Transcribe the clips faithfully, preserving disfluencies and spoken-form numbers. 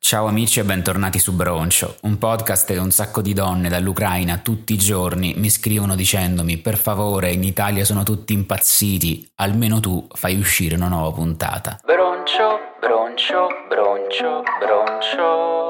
Ciao amici e bentornati su Broncio, un podcast che un sacco di donne dall'Ucraina tutti i giorni mi scrivono dicendomi: per favore, in Italia sono tutti impazziti, almeno tu fai uscire una nuova puntata. Broncio, broncio, broncio, broncio.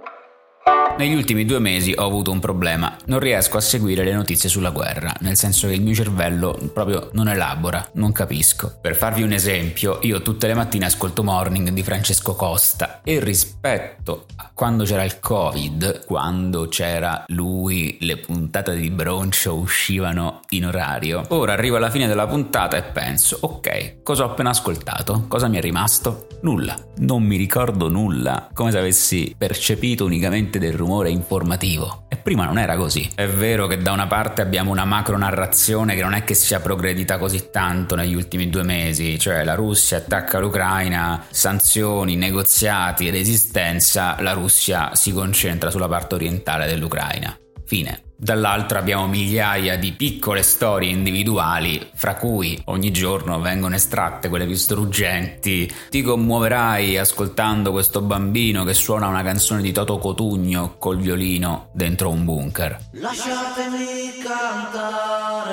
Negli ultimi due mesi ho avuto un problema, non riesco a seguire le notizie sulla guerra, nel senso che il mio cervello proprio non elabora, non capisco. Per farvi un esempio, io tutte le mattine ascolto Morning di Francesco Costa e rispetto a quando c'era il Covid, quando c'era lui, le puntate di Broncio uscivano in orario. Ora arrivo alla fine della puntata e penso: ok, cosa ho appena ascoltato? Cosa mi è rimasto? Nulla, non mi ricordo nulla, come se avessi percepito unicamente del rumore informativo. E prima non era così. È vero che da una parte abbiamo una macro narrazione che non è che sia progredita così tanto negli ultimi due mesi, cioè la Russia attacca l'Ucraina, sanzioni, negoziati, resistenza, la Russia si concentra sulla parte orientale dell'Ucraina. Fine. Dall'altra abbiamo migliaia di piccole storie individuali, fra cui ogni giorno vengono estratte quelle più struggenti. Ti commuoverai ascoltando questo bambino che suona una canzone di Toto Cotugno col violino dentro un bunker. Lasciatemi cantare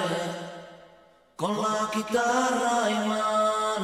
con la chitarra in mano.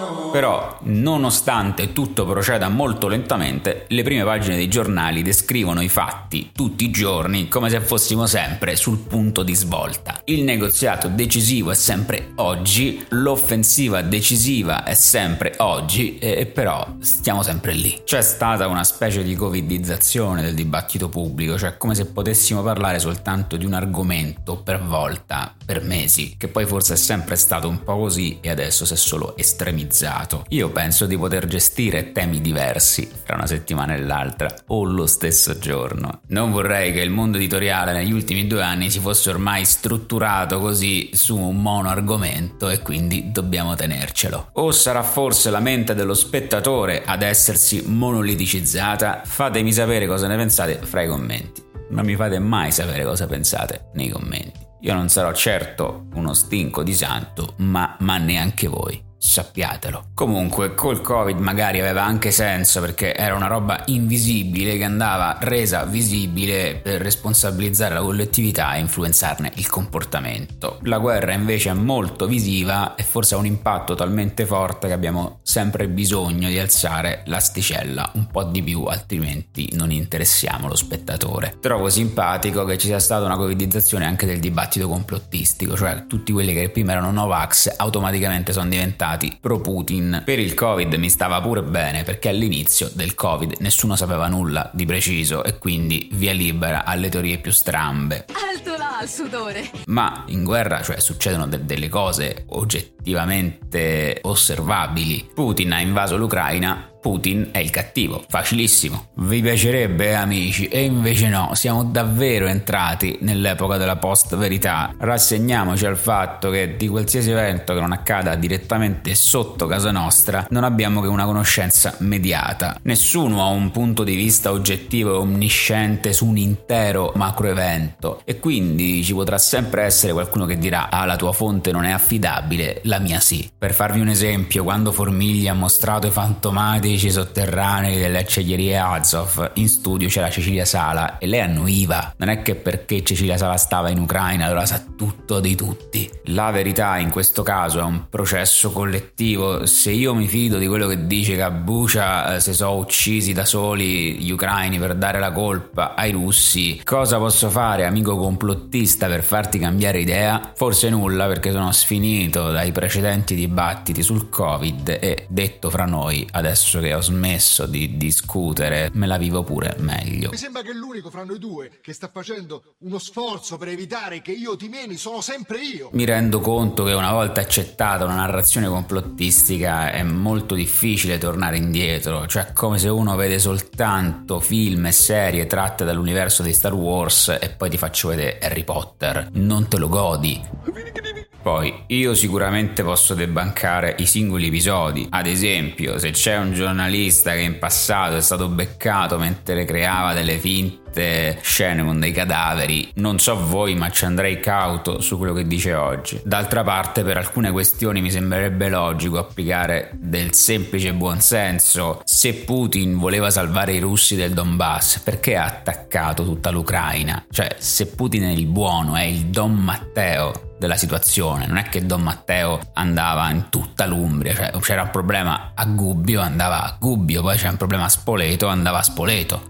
Però, nonostante tutto proceda molto lentamente, le prime pagine dei giornali descrivono i fatti tutti i giorni come se fossimo sempre sul punto di svolta. Il negoziato decisivo è sempre oggi, l'offensiva decisiva è sempre oggi, e però stiamo sempre lì. C'è stata una specie di covidizzazione del dibattito pubblico, cioè come se potessimo parlare soltanto di un argomento per volta, per mesi, che poi forse è sempre stato un po' così e adesso si è solo estremizzato. Io penso di poter gestire temi diversi tra una settimana e l'altra o lo stesso giorno. Non vorrei che il mondo editoriale negli ultimi due anni si fosse ormai strutturato così su un mono argomento e quindi dobbiamo tenercelo. O sarà forse la mente dello spettatore ad essersi monoliticizzata? Fatemi sapere cosa ne pensate fra i commenti. Non mi fate mai sapere cosa pensate nei commenti. Io non sarò certo uno stinco di santo, ma, ma neanche voi. Sappiatelo. Comunque col Covid magari aveva anche senso, perché era una roba invisibile che andava resa visibile per responsabilizzare la collettività e influenzarne il comportamento. La guerra invece è molto visiva e forse ha un impatto talmente forte che abbiamo sempre bisogno di alzare l'asticella un po' di più, altrimenti non interessiamo lo spettatore. Trovo simpatico che ci sia stata una covidizzazione anche del dibattito complottistico, cioè tutti quelli che prima erano Novax automaticamente sono diventati pro Putin. Per il Covid mi stava pure bene, perché all'inizio del Covid nessuno sapeva nulla di preciso e quindi via libera alle teorie più strambe. Alto là al sudore. Ma in guerra, cioè, succedono de- delle cose oggettivamente osservabili. Putin ha invaso l'Ucraina, Putin è il cattivo, facilissimo. Vi piacerebbe, amici? E invece no, siamo davvero entrati nell'epoca della post-verità. Rassegniamoci al fatto che di qualsiasi evento che non accada direttamente sotto casa nostra non abbiamo che una conoscenza mediata. Nessuno ha un punto di vista oggettivo e omnisciente su un intero macroevento e quindi ci potrà sempre essere qualcuno che dirà: ah, la tua fonte non è affidabile, la mia sì. Per farvi un esempio, quando Formiglia ha mostrato i fantomatici sotterranei delle acciaierie Azov, in studio c'era Cecilia Sala e lei annuiva. Non è che perché Cecilia Sala stava in Ucraina allora sa tutto di tutti. La verità in questo caso è un processo collettivo. Se io mi fido di quello che dice che a Bucha eh, si sono uccisi da soli gli ucraini per dare la colpa ai russi, cosa posso fare, amico complottista, per farti cambiare idea? Forse nulla, perché sono sfinito dai precedenti dibattiti sul Covid e, detto fra noi, adesso che ho smesso di discutere, me la vivo pure meglio. Mi sembra che l'unico fra noi due che sta facendo uno sforzo per evitare che io ti meni sono sempre io. Mi rendo conto che una volta accettata una narrazione complottistica è molto difficile tornare indietro, cioè come se uno vede soltanto film e serie tratte dall'universo di Star Wars e poi ti faccio vedere Harry Potter. Non te lo godi. Poi io sicuramente posso debancare i singoli episodi, ad esempio se c'è un giornalista che in passato è stato beccato mentre creava delle finte scene con dei cadaveri, non so voi ma ci andrei cauto su quello che dice oggi. D'altra parte per alcune questioni mi sembrerebbe logico applicare del semplice buonsenso. Se Putin voleva salvare i russi del Donbass, perché ha attaccato tutta l'Ucraina? Cioè, se Putin è il buono, è il Don Matteo della situazione, non è che Don Matteo andava in tutta l'Umbria, cioè c'era un problema a Gubbio, andava a Gubbio, poi c'è un problema a Spoleto, andava a Spoleto.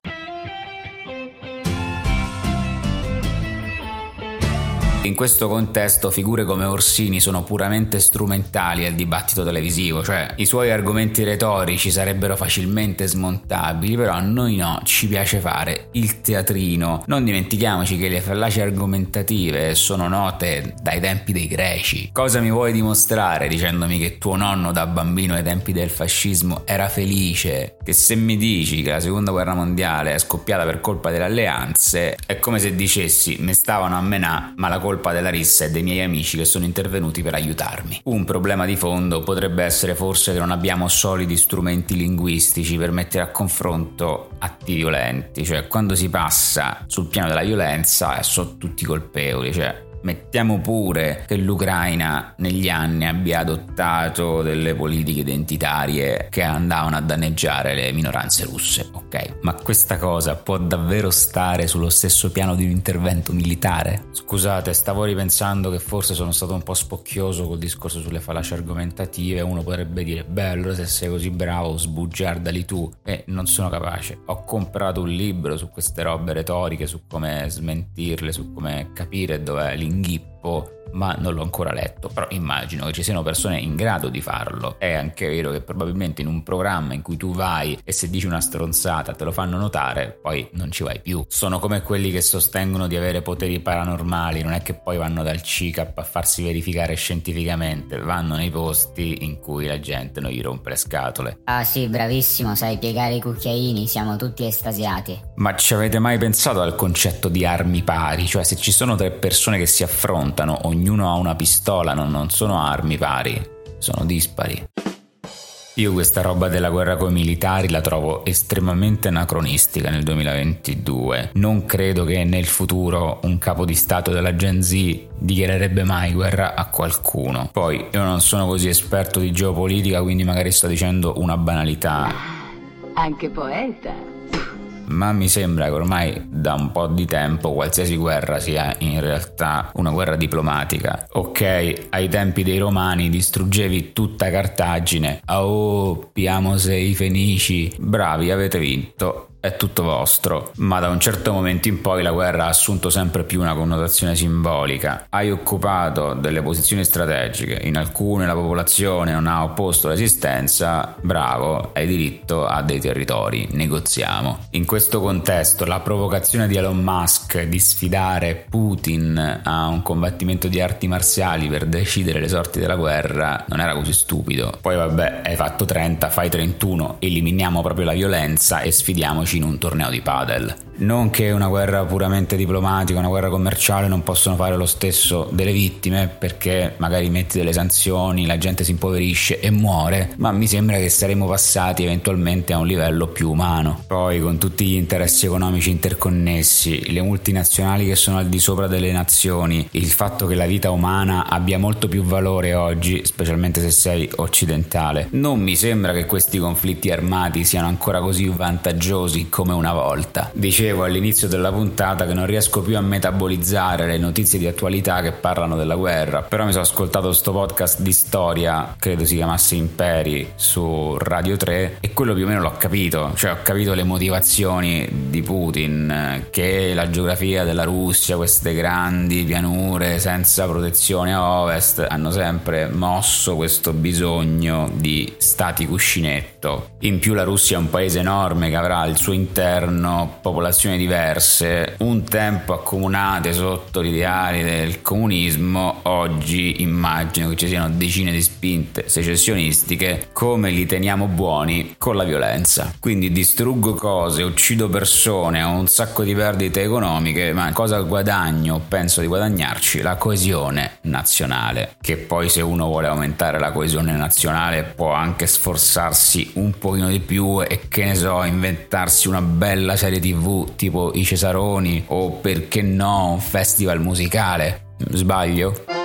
In questo contesto figure come Orsini sono puramente strumentali al dibattito televisivo, cioè i suoi argomenti retorici sarebbero facilmente smontabili, però a noi no, ci piace fare il teatrino. Non dimentichiamoci che le fallaci argomentative sono note dai tempi dei greci. Cosa mi vuoi dimostrare dicendomi che tuo nonno da bambino ai tempi del fascismo era felice? Che se mi dici che la seconda guerra mondiale è scoppiata per colpa delle alleanze, è come se dicessi mi stavano a menà ma la colpa della rissa è dei miei amici che sono intervenuti per aiutarmi. Un problema di fondo potrebbe essere forse che non abbiamo solidi strumenti linguistici per mettere a confronto atti violenti, cioè quando si passa sul piano della violenza sono tutti colpevoli, cioè mettiamo pure che l'Ucraina negli anni abbia adottato delle politiche identitarie che andavano a danneggiare le minoranze russe, ok? Ma questa cosa può davvero stare sullo stesso piano di un intervento militare? Scusate, stavo ripensando che forse sono stato un po' spocchioso col discorso sulle fallaci argomentative. Uno potrebbe dire, beh, allora se sei così bravo sbugiardali tu, e non sono capace. Ho comprato un libro su queste robe retoriche, su come smentirle, su come capire dov'è l'inghippo, ma non l'ho ancora letto, però immagino che ci siano persone in grado di farlo. È anche vero che probabilmente in un programma in cui tu vai e se dici una stronzata te lo fanno notare, poi non ci vai più. Sono come quelli che sostengono di avere poteri paranormali, non è che poi vanno dal C I C A P a farsi verificare scientificamente, vanno nei posti in cui la gente non gli rompe le scatole. Ah sì, bravissimo, sai piegare i cucchiaini, siamo tutti estasiati. Ma ci avete mai pensato al concetto di armi pari? Cioè se ci sono tre persone che si affrontano, ognuno ha una pistola, non, non sono armi pari, sono dispari. Io questa roba della guerra coi militari la trovo estremamente anacronistica nel duemilaventidue. Non credo che nel futuro un capo di stato della Gen Z dichiarerebbe mai guerra a qualcuno. Poi io non sono così esperto di geopolitica, quindi magari sto dicendo una banalità. Anche poeta. Ma mi sembra che ormai da un po' di tempo qualsiasi guerra sia in realtà una guerra diplomatica. Ok, ai tempi dei Romani distruggevi tutta Cartagine. Oh, piamose i Fenici. Bravi, avete vinto. È tutto vostro. Ma da un certo momento in poi la guerra ha assunto sempre più una connotazione simbolica. Hai occupato delle posizioni strategiche, in alcune la popolazione non ha opposto resistenza, bravo, hai diritto a dei territori, negoziamo. In questo contesto la provocazione di Elon Musk di sfidare Putin a un combattimento di arti marziali per decidere le sorti della guerra non era così stupido. Poi vabbè, hai fatto trenta, fai trentuno, eliminiamo proprio la violenza e sfidiamoci in un torneo di padel. Non che una guerra puramente diplomatica, una guerra commerciale non possono fare lo stesso delle vittime, perché magari metti delle sanzioni, la gente si impoverisce e muore, ma mi sembra che saremo passati eventualmente a un livello più umano. Poi con tutti gli interessi economici interconnessi, le multinazionali che sono al di sopra delle nazioni, il fatto che la vita umana abbia molto più valore oggi, specialmente se sei occidentale, non mi sembra che questi conflitti armati siano ancora così vantaggiosi come una volta. Dicevo all'inizio della puntata che non riesco più a metabolizzare le notizie di attualità che parlano della guerra, però mi sono ascoltato sto podcast di storia, credo si chiamasse Imperi, su Radio tre, e quello più o meno l'ho capito, cioè ho capito le motivazioni di Putin, che la geografia della Russia, queste grandi pianure senza protezione a ovest, hanno sempre mosso questo bisogno di stati cuscinetto. In più la Russia è un paese enorme che avrà al suo interno popolazioni popolazioni diverse, un tempo accomunate sotto gli ideali del comunismo, oggi immagino che ci siano decine di spinte secessionistiche, come li teniamo buoni con la violenza. Quindi distruggo cose, uccido persone, ho un sacco di perdite economiche, ma cosa guadagno? Penso di guadagnarci la coesione nazionale, che poi se uno vuole aumentare la coesione nazionale può anche sforzarsi un pochino di più e, che ne so, inventarsi una bella serie tv tipo i Cesaroni, o perché no un festival musicale. Sbaglio?